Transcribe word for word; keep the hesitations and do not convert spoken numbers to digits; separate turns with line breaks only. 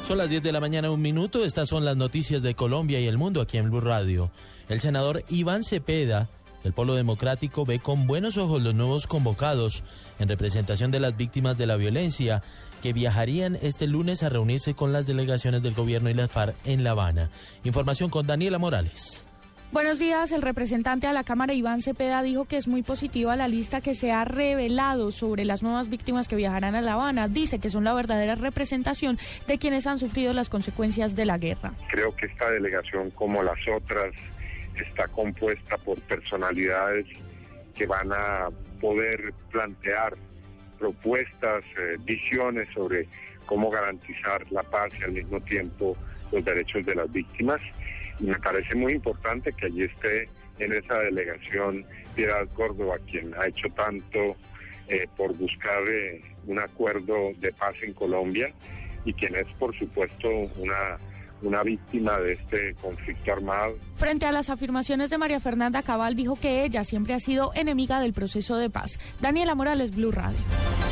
Son las diez de la mañana, un minuto. Estas son las noticias de Colombia y el mundo aquí en Blue Radio. El senador Iván Cepeda, del Polo Democrático, ve con buenos ojos los nuevos convocados en representación de las víctimas de la violencia que viajarían este lunes a reunirse con las delegaciones del gobierno y las FARC en La Habana. Información con Daniela Morales.
Buenos días. El representante a la Cámara, Iván Cepeda, dijo que es muy positiva la lista que se ha revelado sobre las nuevas víctimas que viajarán a La Habana. Dice que son la verdadera representación de quienes han sufrido las consecuencias de la guerra.
Creo que esta delegación, como las otras, está compuesta por personalidades que van a poder plantear propuestas, eh, visiones sobre cómo garantizar la paz y al mismo tiempo los derechos de las víctimas. Y me parece muy importante que allí esté en esa delegación Piedad Córdoba, quien ha hecho tanto eh, por buscar eh, un acuerdo de paz en Colombia y quien es, por supuesto, una, una víctima de este conflicto armado.
Frente a las afirmaciones de María Fernanda Cabal, dijo que ella siempre ha sido enemiga del proceso de paz. Daniela Morales, Blue Radio.